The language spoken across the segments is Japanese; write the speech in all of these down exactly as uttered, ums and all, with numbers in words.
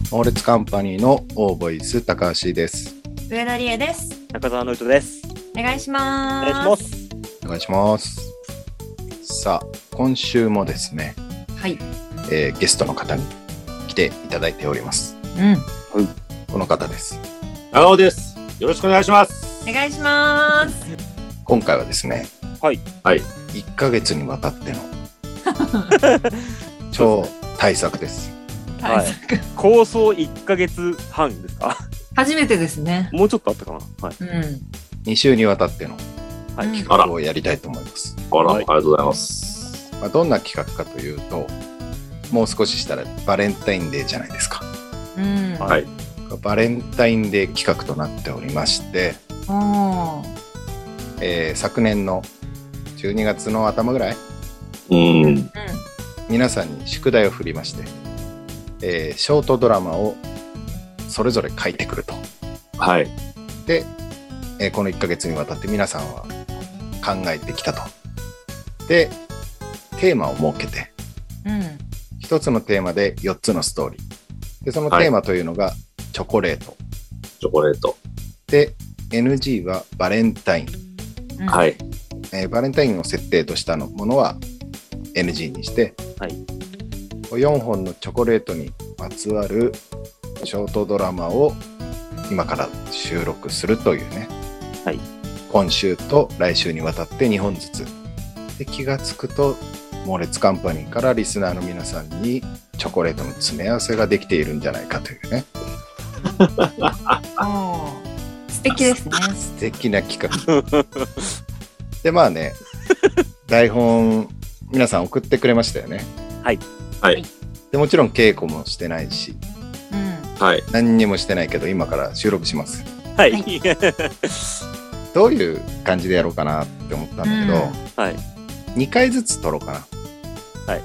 オーレツカンパニーのオーボイス高橋です。 上田理恵です。 中澤の糸です。 お願いします。 お願いします。 お願いします。さあ、今週もですね、 はい、 えー、ゲストの方に来ていただいております。 うん。はい、 この方です。 長尾です。よろしくお願いします。 お願いします。 今回はですね、 はいはい、 いっかげつにわたっての超大作です。 大作、はい、 構想いっかげつはんですか？ 初めてですね。 もうちょっとあったかな。はい。 うん。 に週にわたっての企画をやりたいと思います。 あら、ありがとうございます。 まあ、どんな企画かというと、もう少ししたらバレンタインデーじゃないですか。 うん。 はい。 バレンタインデー企画となっておりまして、えー、昨年のじゅうにがつの頭ぐらい、 うん、 皆さんに宿題を振りまして、えー、ショートドラマをそれぞれ書いてくると。 はい。 で、えー、このいっかげつにわたって皆さんは考えてきたと。で、テーマを設けて、 うん、 ひとつのテーマでよっつのストーリー。で、そのテーマというのがチョコレート。 チョコレート。で、 エヌジー はバレンタイン。 うん、 はい。 えー、バレンタインを設定としたのものは エヌジー にして、 はい、 よんほんのチョコレートにまつわるショートドラマを今から収録するというね、 はい、 今週と来週にわたってにほんずつで、気がつくとモレツカンパニーからリスナーの皆さんにチョコレートの詰め合わせができているんじゃないかというね素敵ですね。 素敵な企画で、まあね台本皆さん送ってくれましたよね。 はいはい。 でもちろん稽古もしてないし、 うん、 はい、 何にもしてないけど今から収録します。 はい、 はい、 どういう感じでやろうかなって思ったんだけど、 うん、はい、 にかいずつ撮ろうかな。 はい、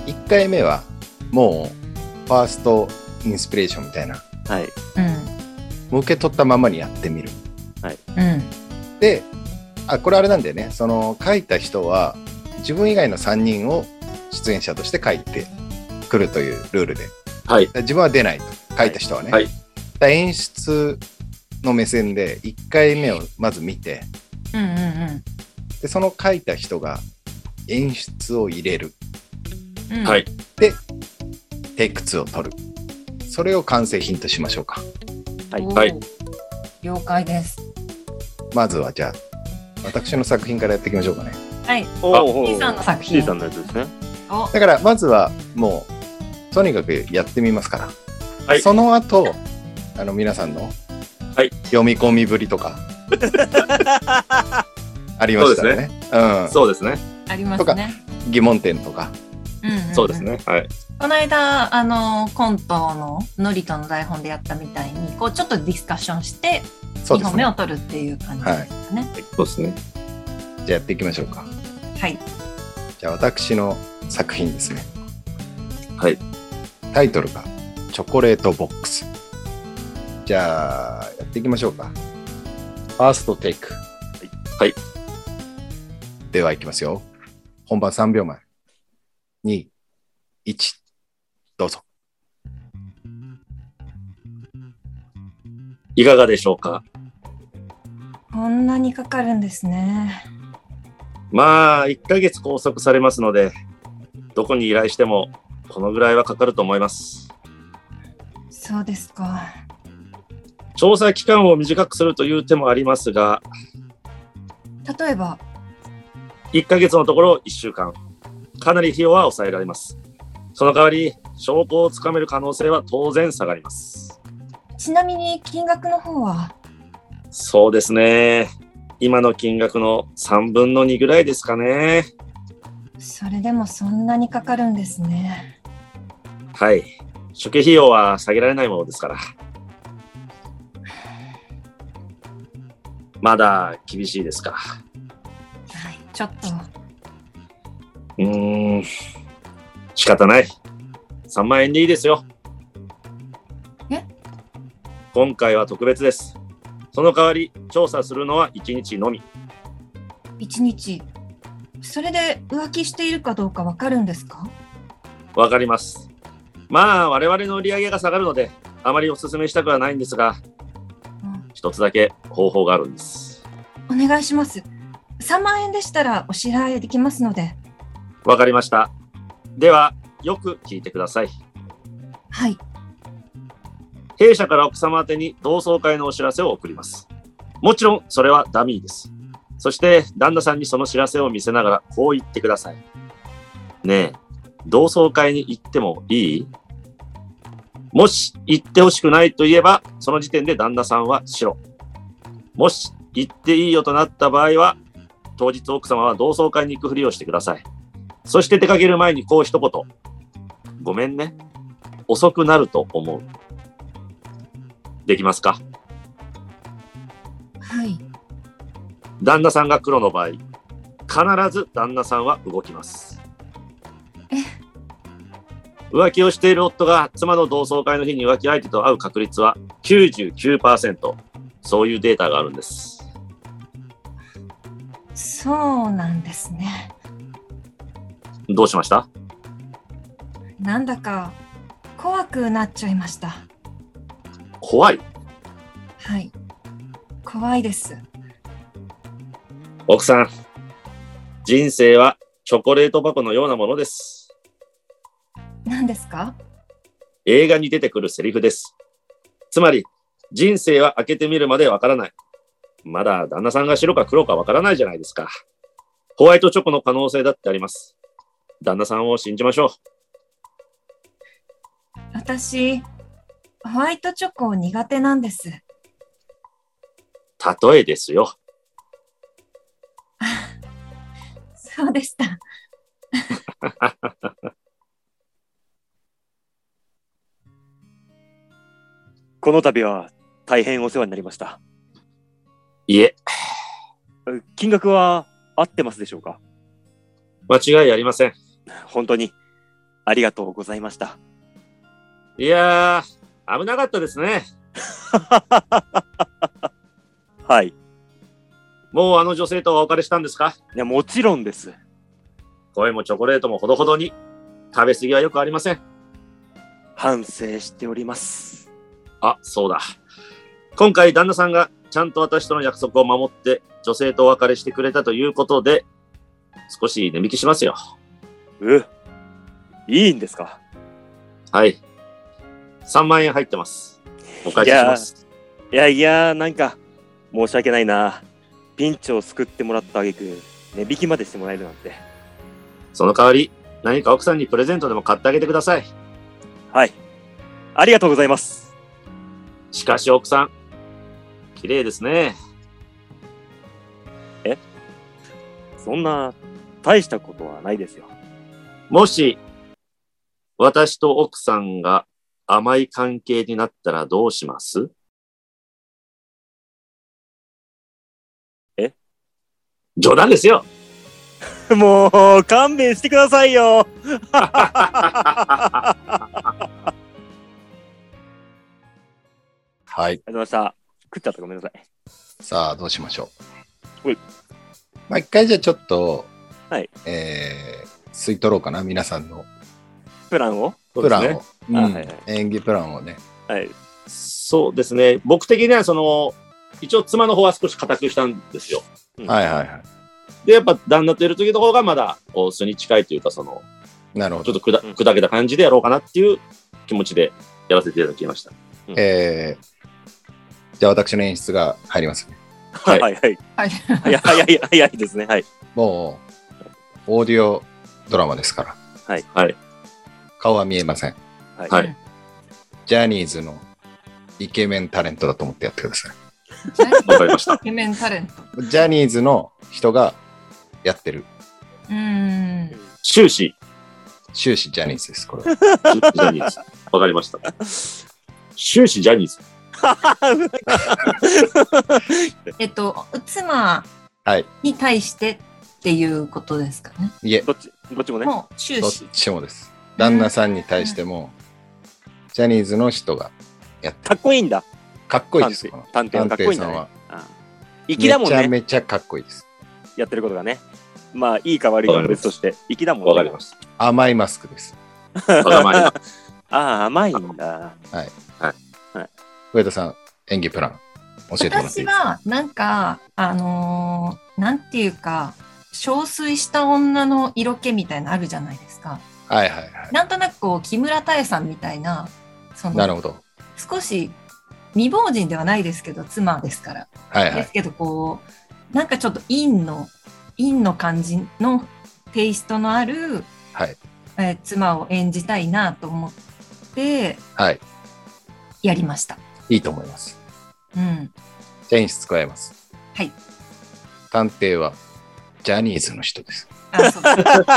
いっかいめはもうファーストインスピレーションみたいな、 はい、 うん、 もう受け取ったままにやってみる。 はい、 うん、 で、あ、これあれなんだよね、その書いた人は自分以外のさんにんを出演者として書いてくるというルールで、 はい、 自分は出ないと、書いた人はね、 はい、 だ演出の目線でいっかいめをまず見て、 うんうんうん、 でその書いた人が演出を入れる、 うん、 はい、 でテイクツーを取る、それを完成品としましょうか。 はい、 はい、 了解です。 まずはじゃあ私の作品からやっていきましょうかね。 はい、 T さんの作品 T さんのやつですね。 だからまずはもうとにかくやってみますから、 はい、 その後あの皆さんの読み込みぶりとか、はい、ありましたらね。 そうですね、 うん、ありますね。 疑問点とか、 うんうんうん、 そうですね。はい。 この間あのコントのノリとの台本でやったみたいに、こうちょっとディスカッションしてにほんめを取るっていう感じですかね。 はい、そうですね。 じゃあやっていきましょうか。 はい。 じゃあ私の作品ですね。 はい。 タイトルがチョコレートボックス。じゃあやっていきましょうか。ファーストテイク。 はい。 ではいきますよ。本番さんびょうまえ。に、いち、どうぞ。 いかがでしょうか。 こんなにかかるんですね。 まあいっかげつ拘束されますので、どこに依頼してもこのぐらいはかかると思います。 そうですか。 調査期間を短くするという手もありますが、 例えばいっかげつのところいっしゅうかん、かなり費用は抑えられます。その代わり証拠をつかめる可能性は当然下がります。 ちなみに金額の方は？ そうですね、今の金額のさんぶんのにぐらいですかね。 それでもそんなにかかるんですね。 はい、初期費用は下げられないものですから。まだ厳しいですか？ はい、ちょっと。 うーん、仕方ない。さんまんえんでいいですよ。 え？ 今回は特別です。その代わり調査するのはいちにちのみ。 いちにち？それで浮気しているかどうかわかるんですか？ わかります。まあ我々の売り上げが下がるのであまりお勧めしたくはないんですが、 うん、 一つだけ方法があるんです。 お願いします。さんまんえんでしたらお支払いできますので。 わかりました。では、よく聞いてください。 はい。 弊社から奥様宛てに同窓会のお知らせを送ります。もちろん、それはダミーです。そして、旦那さんにその知らせを見せながら、こう言ってください。ねえ、同窓会に行ってもいい？もし行ってほしくないと言えば、その時点で旦那さんは白。もし行っていいよとなった場合は、当日奥様は同窓会に行くふりをしてください。そして出かける前にこう一言。ごめんね。遅くなると思う。できますか？ はい。 旦那さんが黒の場合、必ず旦那さんは動きます。 え？ 浮気をしている夫が妻の同窓会の日に浮気相手と会う確率は きゅうじゅうきゅうパーセント。そういうデータがあるんです。 そうなんですね。 どうしました？ なんだか怖くなっちゃいました。 怖い？ はい。怖いです。 奥さん、人生はチョコレート箱のようなものです。 何ですか？ 映画に出てくるセリフです。つまり、人生は開けてみるまでわからない。まだ旦那さんが白か黒かわからないじゃないですか。ホワイトチョコの可能性だってあります。旦那さんを信じましょう。 私、ホワイトチョコ苦手なんです。 例えですよ。 そうでした。 この度は大変お世話になりました。 いえ。 金額は合ってますでしょうか？ 間違いありません。 本当にありがとうございました。 いやー、危なかったですね。 はい。 もうあの女性とはお別れしたんですか？ いや、もちろんです。 声もチョコレートもほどほどに。食べ過ぎはよくありません。 反省しております。 あ、そうだ。今回旦那さんがちゃんと私との約束を守って女性とお別れしてくれたということで、少し値引きしますよ。 う、いいんですか？ はい。さんまんえん入ってます。お返しします。 いやいや、なんか申し訳ないな。ピンチを救ってもらった挙句、値引きまでしてもらえるなんて。 その代わり、何か奥さんにプレゼントでも買ってあげてください。 はい。ありがとうございます。 しかし奥さん、綺麗ですね。 え？そんな大したことはないですよ。 もし、私と奥さんが甘い関係になったらどうします？ え？ 冗談ですよ。 もう勘弁してくださいよ。 はい。 ありがとうございました。食っちゃった、ごめんなさい。 さあ、どうしましょう。 はい。 まあ、一回じゃあちょっと、 はい。 えー、吸い取ろうかな、皆さんのプランをプランを、うん、 はいはい、 演技プランをね。 はい。 そうですね。僕的には、その、一応妻の方は少し固くしたんですよ。 うん、はいはいはい。 で、やっぱ旦那といる時の方がまだ、こう、素に近いというか、その、 なるほど。 ちょっとくだ、砕けた感じでやろうかなっていう気持ちでやらせていただきました。 うん、えー、じゃあ私の演出が入りますね。 はいはいはい。はい。早い早いですね。はい。 もう、オーディオドラマですから。 はい。 はい。 顔は見えません。 はい。 はい、 ジャニーズのイケメンタレントだと思ってやってください。わかりました。 イケメンタレント。 ジャニーズの人がやってる。 うーん。 終始。 終始ジャニーズです、これ。 終始ジャニーズ。わかりました。終始ジャニーズ。 えっと、妻に対してっていうことですかね。 いえ、 どっち、どっちもね。 もう終始。 どっちもです。旦那さんに対しても、うん、ジャニーズの人がやってる。 かっこいいんだ。 かっこいいです。 探偵のかっこいいんだね。 粋だもんね。めちゃめちゃかっこいいです。 やってることがね。まあ、いいか悪いかは別として、粋だもんね。 わかります。 甘いマスクです。 甘い。 ああ、甘いんだ。 はい。 はい。 上田さん、演技プラン教えてもらっていいですか？ 私はなんかあのー、なんていうか憔悴した女の色気みたいなのあるじゃないですか。 はいはいはい。 なんとなくこう木村多江さんみたいな、そのなるほど。 少し未亡人ではないですけど妻ですから、 はいはい。 ですけどこうなんかちょっと陰の陰の感じのテイストのある、 はいえー妻を演じたいなと思ってはい。 やりました。 いいと思います。 うん。 じゃあ演出加えます。 はい。 探偵はジャニーズの人です。 あ、そう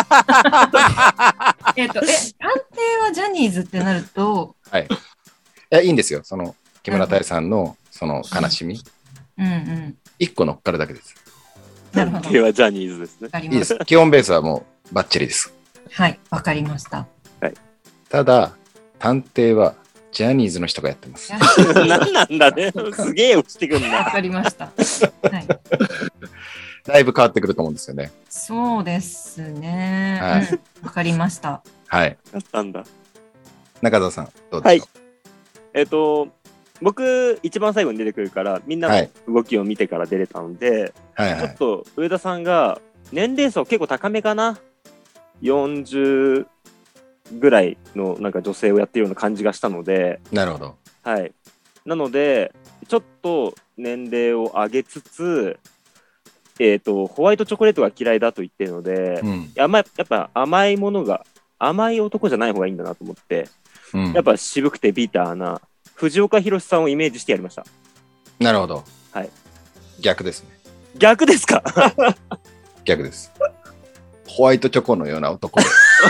えっと、え、探偵はジャニーズってなると、 はい。いや、いいんですよ。その、木村多江さんの、その悲しみ。 うんうん。 一個乗っかるだけです。 なるほど。 ではジャニーズですねわ。かりましいいです。基本ベースはもうバッチリです。 た。はい、わかりました。 ただ、探偵はジャニーズの人がやってます。 何なんだね。すげえ落ちてくんわな。 かりました。はい。 だいぶ変わってくると思うんですよね。 そうですね。 はいうんわかりました。 はい。 やったんだ。 中澤さん、どうでしょう？ えっ、と、僕、一番最後に出てくるから、みんなのはい動きを見てから出れたので、 はいはい。 ちょっと上田さんが年齢層結構高めかな。よんじゅうぐらいのなんか女性をやってるような感じがしたので、 なるほど。 はい。なので、ちょっと年齢を上げつつ、えっ、と、ホワイトチョコレートが嫌いだと言ってるので、 うん。 甘いやっぱ甘いものが、甘い男じゃない方がいいんだなと思って、 うんやっぱ渋くてビターな藤岡弘さんをイメージしてやりました。 なるほど。 はい。 逆ですね。 逆ですか？ 逆です。ホワイトチョコのような男で。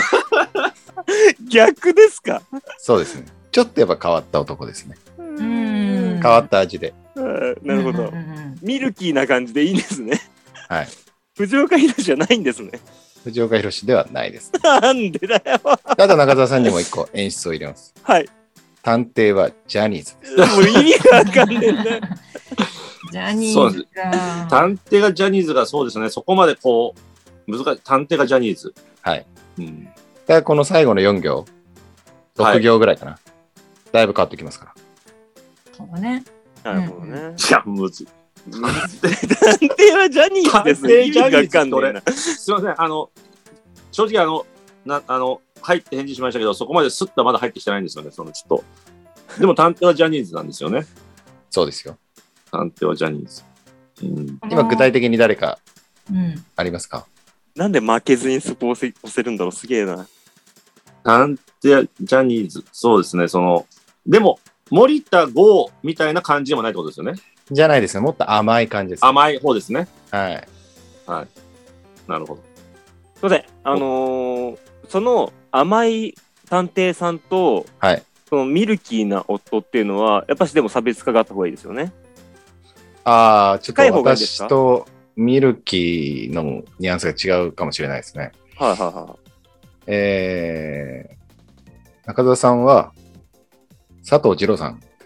逆ですか？ そうですね。ちょっとやっぱ変わった男ですね。 ううん変わった味で。 なるほど、 うんうんうんミルキーな感じでいいんですね。 はい。 藤岡弘じゃないんですね。 藤岡弘ではないです。 なんでだよ。 ただ中澤さんにも一個演出を入れます。 はい。 探偵はジャニーズです。 もう意味がわかんねえんだよ。 ジャニーズか。 探偵がジャニーズがそうですね、そこまでこう、難しい。探偵がジャニーズ。 はい。 うん。 だからこの最後のよん行、ろく行ぐらいかな。だいぶ変わってきますから。 そうね。 なるほどね。 いや、むずい。 探偵はジャニーズです。 探偵ジャニーズ意味がわかんねえな。 すいません、あの、正直あの、なあの、入って返事しましたけど、そこまですっとまだ入ってきてないんですよね、そのちょっと。でも探偵はジャニーズなんですよね。 そうですよ。 探偵はジャニーズ。うん。 今具体的に誰かうん。 ありますか？ なんで負けずにスポーツ押せるんだろう。すげえな。 探偵ジャニーズ、そうですね、その、でも、森田剛みたいな感じでもないってことですよね。 じゃないですね。もっと甘い感じです。 甘い方ですね。 はい。 なるほど。 すいません。あのー、その甘い探偵さんと、 はい。 そのミルキーな夫っていうのは、やっぱしでも差別化があった方がいいですよね。 ああ、ちょっ近いと方がいいですか？ 私とミルキーのニュアンスが違うかもしれないですね。 はいはいはい。 えー、中澤さんは佐藤二郎さんです。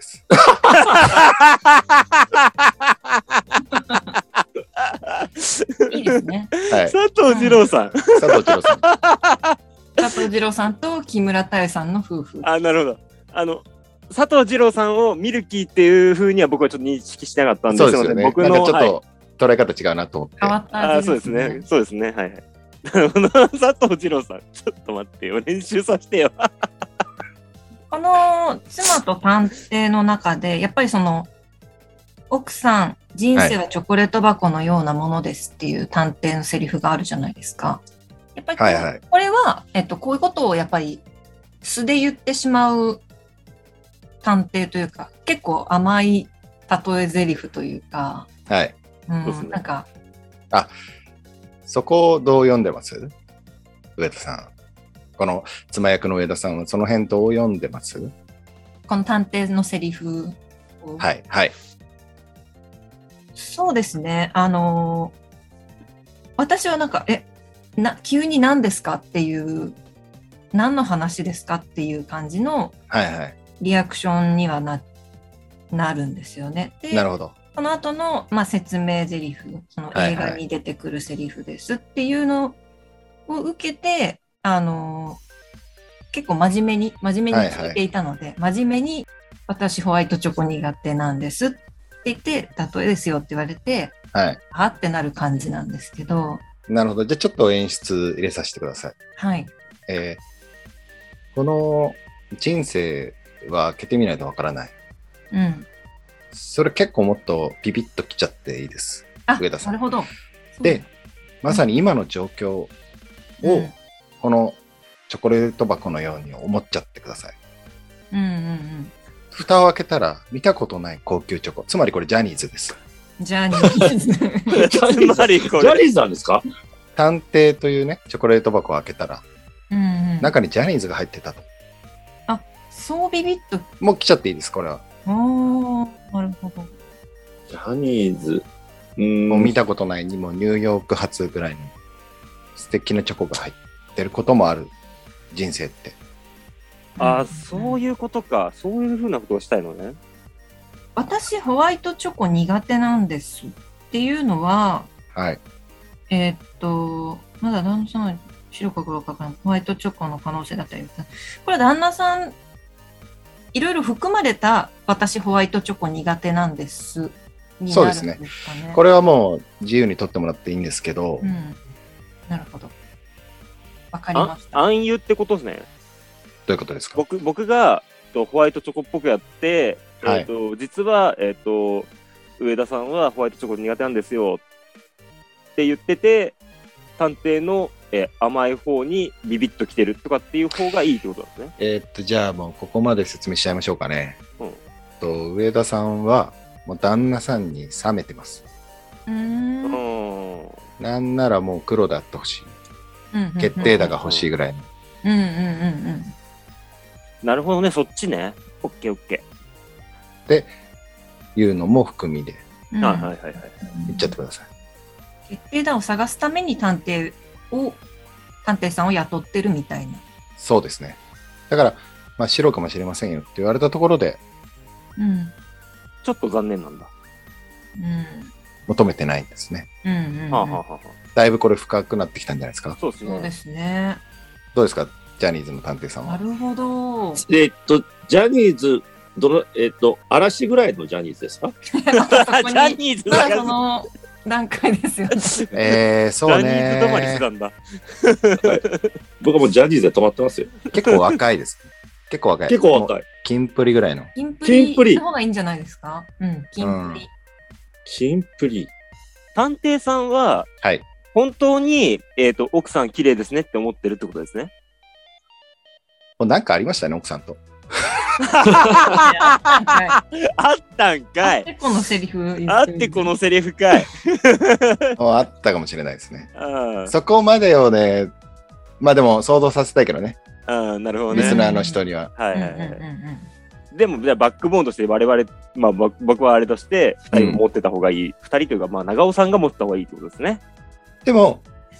いいですね。 はい。 佐藤二郎さん。 佐藤二郎さん。 佐藤二郎さんと木村多江さんの夫婦。 あ、なるほど。あの、佐藤二郎さんをミルキーっていう風には僕はちょっと認識してなかったんで、 そうですよね。 僕の、 なんかちょっはい、 と捉え方違うなと思って。 変わったあ、 味そうですね。そうですね。はいはい。なるほど。佐藤二郎さん、ちょっと待ってよ。練習させてよ。 この妻と探偵の中で、やっぱりその、奥さん、人生はチョコレート箱のようなものですっていう探偵のセリフがあるじゃないですか。やっぱりこう、 はいはいこれは、えっと、こういうことをやっぱり素で言ってしまう探偵というか、結構甘い例えゼリフというか、 はい。 うんそうですねなんか、 そこをどう読んでます？上田さん。この妻役の上田さんはその辺どう読んでます？ この探偵のセリフを。 はい。はい。 そうですね。あのー私はなんか、え、な、急に何ですかっていう、何の話ですかっていう感じのはいはい。 リアクションにはな、なるんですよね。で、 なるほど。 この後の、まあ、説明台詞、その映画に出てくるセリフですっていうのを受けて、あのー結構真面目に、真面目に聞いていたので、真面目に私ホワイトチョコ苦手なんですって言って、例えですよって言われて、 はい。 はってなる感じなんですけど、 なるほど。じゃあちょっと演出入れさせてください。 はい。 えーこの人生は開けてみないとわからない。 うん。 それ結構もっとビビッときちゃっていいです。 あ、 上田さんなるほど。 で、まさに今の状況を、 うんこのチョコレート箱のように思っちゃってください。 うんうんうん。 蓋を開けたら見たことない高級チョコ。つまりこれジャニーズです。 ジャニーズ。 ジャニーズつまりこれ、 ジャニーズなんですか？ 探偵というね、チョコレート箱を開けたら、 うんうん。 中にジャニーズが入ってたと。 そうビビッと。 もう来ちゃっていいです、これは。 おー、なるほど。 ジャニーズ。うーん。 もう見たことないにもニューヨーク発ぐらいの素敵なチョコが入ってることもある人生って。 ああ、そういうことか。そういうふうなことをしたいのね。 私、ホワイトチョコ苦手なんですっていうのは、 はい。 えーっと、まだ旦那さん、白か黒かからホワイトチョコの可能性だったり、これ旦那さん、いろいろ含まれた私ホワイトチョコ苦手なんですになるんですかね。 これはもう自由に取ってもらっていいんですけど、 うん。なるほど。わかりあました。 暗喩ってことですね。 どういうことですか？ 僕僕がとホワイトチョコっぽくやって、 はいえー、と実は、えー、と上田さんはホワイトチョコ苦手なんですよって言ってて、探偵の、えー甘い方にビビッときてるとかっていう方がいいってことなんですね。 えーっと、じゃあもうここまで説明しちゃいましょうかね。 うんと上田さんはもう旦那さんに冷めてます。 うーん。うんうんなんならもう黒であってほしい。 うんうん決定打が欲しいぐらいの。 うんうんうんなるほどね、そっちね。オッケーオッケいうのも含みでうん。 ー。はいはいはいはい。 言っちゃってください。 決定打を探すために探偵を、探偵さんを雇ってるみたいな。 そうですね。だから、まあ白かもしれませんよって言われたところでうん。 ちょっと残念なんだ。 うん。 求めてないんですね。 うんうんうん。 はあ、はあはあはだいぶこれ深くなってきたんじゃないですかあ、。そうですね。 そうですね。 どうですかジャニーズの探偵さんは。 なるほど。 えっと、ジャニーズ、どの、えっと、嵐ぐらいのジャニーズですか？ ジャニーズまだだその段階ですよね。 えー、 ジそうャニーズ止まりしてたね。 んだ。 僕はもうジャニーズで止まってますよ。 結構若いです。結構若い。 結構若い。 い。 キンプリぐらいの。 キンプキンプリリの方がいいんじゃないですか。うん、キンプリ。 キンプリ。 探偵さんは、 はい。 本当に、えっ、と、奥さん綺麗ですねって思ってるってことですね。 もうなんかありましたね、奥さんと。 はいあったんかい。 でこのセリフ言あってこのセリフかい。 もうあったかもしれないですね。 うんそこまでをね、まあでも想像させたいけどね、 うん、なるほどね。 リスナーの人には。 はいはいはい。 うんうんうんうんでも、じゃあバックボーンとして我々、まあぼ僕はあれとして、二人持ってた方がいい。二、人というか、まあ長尾さんが持ってた方がいいってことですね。 でも、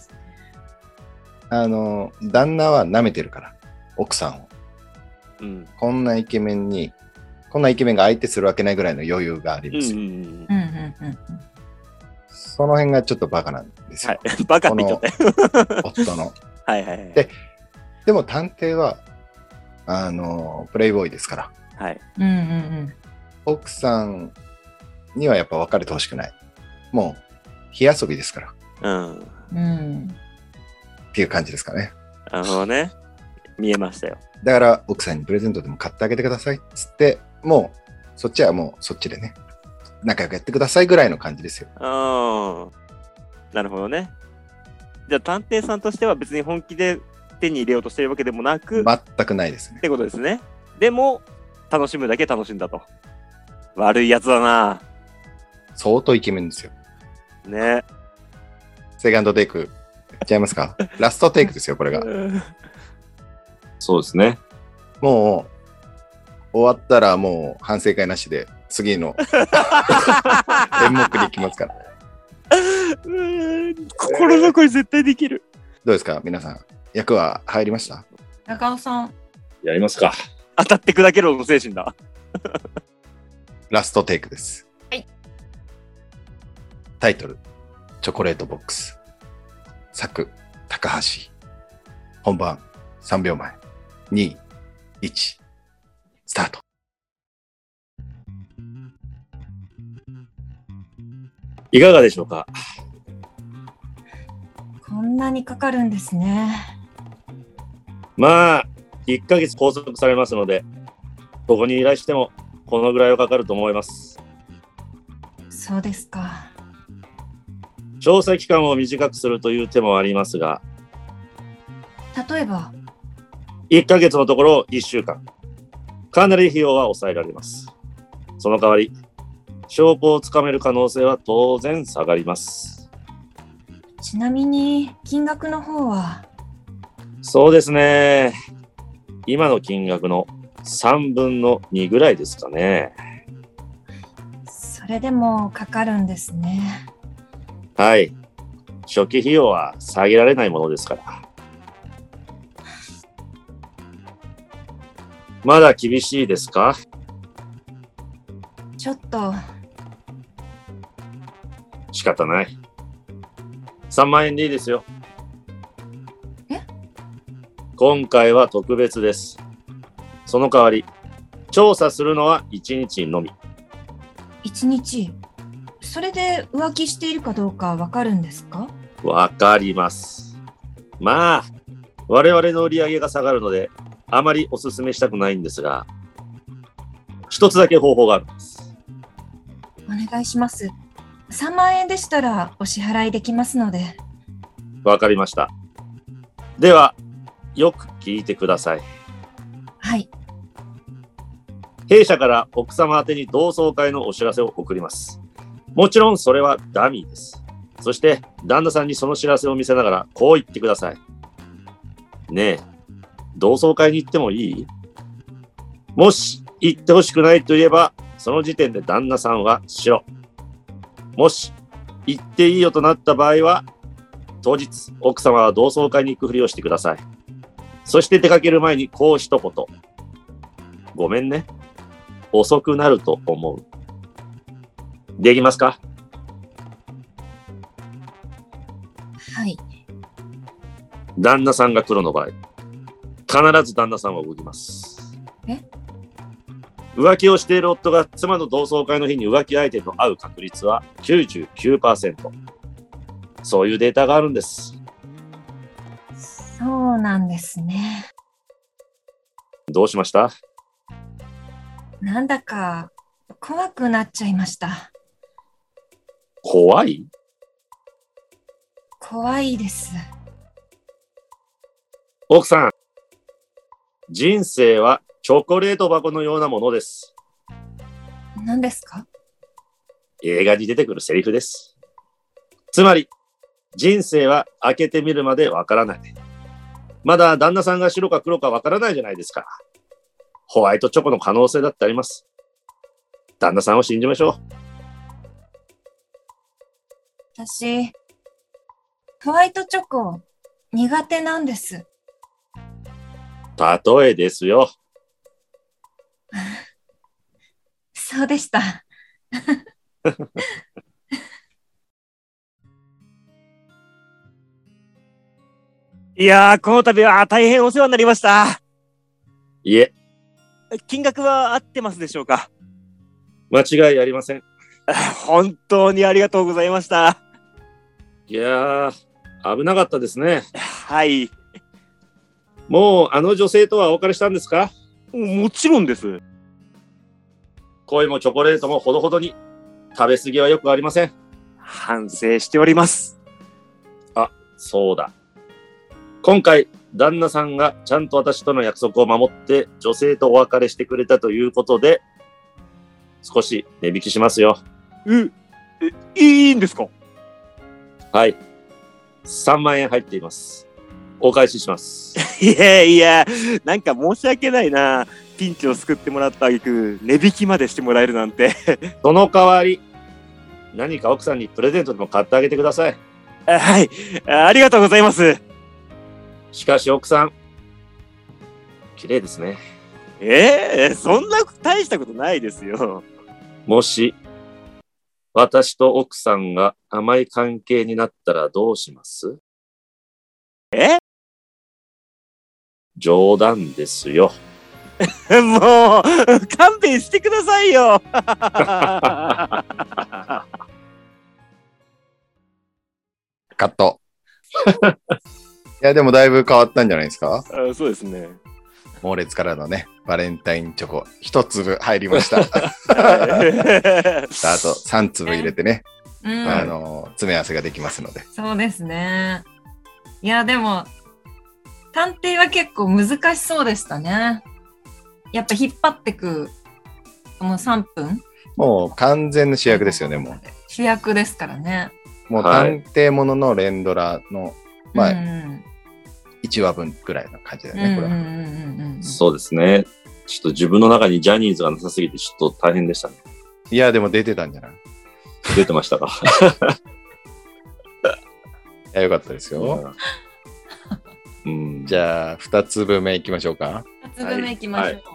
あの、旦那は舐めてるから、奥さんを。 うん。 こんなイケメンに、こんなイケメンが相手するわけないぐらいの余裕がありうんうますよ。 んうん。 うんうんうんその辺がちょっとバカなんですはよ。 い。バカって言っちゃったよ。 夫の。 はいはいはい。 ででも探偵は、あの、プレイボーイですから、 はい。 うんうんうん奥さんにはやっぱ別れてほしくない。もう、火遊びですから、 うん。 うんうんっていう感じですかね。 なるほどね。見えましたよ。 だから、奥さんにプレゼントでも買ってあげてくださいっつって、もう、そっちはもうそっちでね、仲良くやってくださいぐらいの感じですよ。 うん。なるほどね。じゃあ探偵さんとしては別に本気で手に入れようとしてるわけでもなく、っ全くないですね。 てことですね。でも、楽しむだけ楽しんだと。悪いやつだな。 相当イケメンですよ。 ね。 セカンドテイク、いっちゃいますか？ラストテイクですよ、これが。 そうですね。 もう、終わったらもう反省会なしで、次の演目に行きますから。 うーん心残り絶対できる。 どうですか皆さん。役は入りました？ 中尾さん、 やりますか。 当たって砕けろの精神だ。 ラストテイクです。 はい。 タイトル、チョコレートボックス。作、高橋。本番、さんびょうまえ。に、いち、スタート。 いかがでしょうか。 こんなにかかるんですね。 まあ、いっかげつ拘束されますので、ここにいらしてもこのぐらいはかかると思います。 そうですか。 調査期間を短くするという手もありますが、 例えばいっかげつのところいっしゅうかん。かなり費用は抑えられます。その代わり、証拠をつかめる可能性は当然下がります。 ちなみに金額の方は？ そうですね。今の金額のさんぶんのにぐらいですかね。 それでもかかるんですね。 はい。初期費用は下げられないものですから。まだ厳しいですか？ ちょっと。 仕方ない。さんまんえんでいいですよ。 え？ 今回は特別です。その代わり、調査するのはいちにちのみ。 いちにち？それで浮気しているかどうかわかるんですか？ わかります。まあ、我々の売り上げが下がるので、あまりお勧めしたくないんですが、一つだけ方法があるんです。 お願いします。さんまんえんでしたらお支払いできますので。 わかりました。では、よく聞いてください。 はい。 弊社から奥様宛てに同窓会のお知らせを送ります。もちろんそれはダミーです。そして旦那さんにその知らせを見せながらこう言ってください。ねえ、同窓会に行ってもいい？もし行ってほしくないと言えば、その時点で旦那さんは白。もし行っていいよとなった場合は、当日奥様は同窓会に行くふりをしてください。そして出かける前にこう一言。ごめんね。遅くなると思う。できますか？ はい。 旦那さんが黒の場合、必ず旦那さんは動きます。 え？ 浮気をしている夫が妻の同窓会の日に浮気相手と会う確率は きゅうじゅうきゅうパーセント。そういうデータがあるんです。 そうなんですね。 どうしました？ なんだか怖くなっちゃいました。 怖い？ 怖いです。 奥さん、人生はチョコレート箱のようなものです。 何ですか？ 映画に出てくるセリフです。つまり、人生は開けてみるまでわからない。まだ旦那さんが白か黒かわからないじゃないですか。ホワイトチョコの可能性だってあります。旦那さんを信じましょう。 私、ホワイトチョコ苦手なんです。 例えですよ。 そうでした。 いやー、この度は大変お世話になりました。 いえ、 金額は合ってますでしょうか？ 間違いありません。 本当にありがとうございました。 いやー、危なかったですね。 はい。 もうあの女性とはお別れしたんですか？ もちろんです。 恋もチョコレートもほどほどに。食べ過ぎはよくありません。 反省しております。 あ、そうだ。今回、旦那さんがちゃんと私との約束を守って女性とお別れしてくれたということで、少し値引きしますよ。 え、え、いいんですか？ はい。さんまんえん入っています。お返しします。 いやいや、なんか申し訳ないな。ピンチを救ってもらった挙句、値引きまでしてもらえるなんて。 その代わり、何か奥さんにプレゼントでも買ってあげてください。 はい、ありがとうございます。 しかし奥さん、綺麗ですね。 えー、そんな大したことないですよ。 もし、私と奥さんが甘い関係になったらどうします？ え？ 冗談ですよ。 もう、勘弁してくださいよ。 カット。いや、でもだいぶ変わったんじゃないですか。 あそうですね。 猛烈からのね、バレンタインチョコ、一粒入りました。あとさん粒入れてね、 うん、 あの、詰め合わせができますので。 そうですね。いや、でも、探偵は結構難しそうでしたね。やっぱ引っ張ってく、このさんぷん。 もう完全な主役ですよね、もう。 主役ですからね。 もう探偵ものの連ドラの、まあ、 うんうんいちわぶんくらいの感じだよね、これは。 うんうんうんうん、 そうですね。ちょっと自分の中にジャニーズがなさすぎてちょっと大変でしたね。 いや、でも出てたんじゃない？ 出てましたか。 いや、よかったですよ。 うん、 じゃあ、ふたつぶめいきましょうか。 ふたつぶめいきましょう。はい